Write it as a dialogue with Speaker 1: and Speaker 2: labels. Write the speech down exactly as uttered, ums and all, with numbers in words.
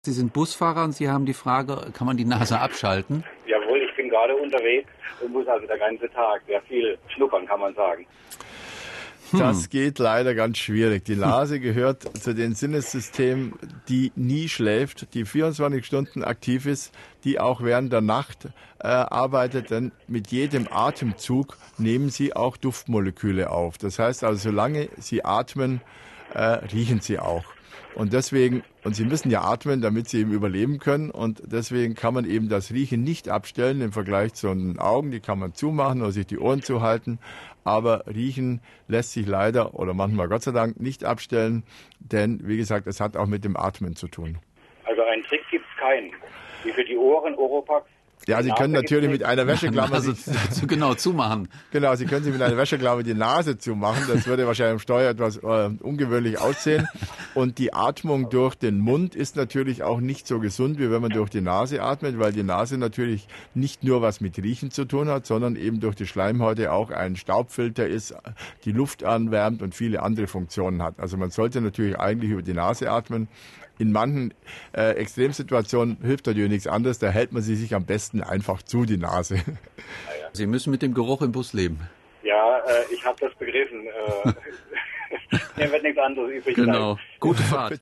Speaker 1: Sie sind Busfahrer und Sie haben die Frage, kann man die Nase abschalten?
Speaker 2: Jawohl, ich bin gerade unterwegs und muss also der ganze Tag sehr viel schnuppern, kann man sagen.
Speaker 3: Das geht leider ganz schwierig. Die Nase gehört zu den Sinnessystemen, die nie schläft, die vierundzwanzig Stunden aktiv ist, die auch während der Nacht äh, arbeitet, denn mit jedem Atemzug nehmen sie auch Duftmoleküle auf. Das heißt also, solange sie atmen, äh, riechen sie auch. Und deswegen, und sie müssen ja atmen, damit sie eben überleben können. Und deswegen kann man eben das Riechen nicht abstellen im Vergleich zu den Augen. Die kann man zumachen oder sich die Ohren zuhalten. Aber Riechen lässt sich leider oder manchmal Gott sei Dank nicht abstellen. Denn, wie gesagt, es hat auch mit dem Atmen zu tun.
Speaker 2: Also einen Trick gibt es keinen. Wie für die Ohren, Oropax.
Speaker 3: Ja, Sie können natürlich mit einer Wäscheklammer...
Speaker 1: Also, zu genau zumachen.
Speaker 3: Genau, Sie können sich mit einer Wäscheklammer die Nase zumachen. Das würde wahrscheinlich am Steuer etwas äh, ungewöhnlich aussehen. Und die Atmung durch den Mund ist natürlich auch nicht so gesund, wie wenn man durch die Nase atmet, weil die Nase natürlich nicht nur was mit Riechen zu tun hat, sondern eben durch die Schleimhäute auch ein Staubfilter ist, die Luft anwärmt und viele andere Funktionen hat. Also man sollte natürlich eigentlich über die Nase atmen. In manchen äh, Extremsituationen hilft natürlich nichts anderes. Da hält man sie sich am besten einfach zu, die Nase.
Speaker 1: Sie müssen mit dem Geruch im Bus leben.
Speaker 2: Ja, äh, ich habe das begriffen. Äh, mir wird nichts anderes übrig bleiben.
Speaker 1: Genau. Gute Fahrt.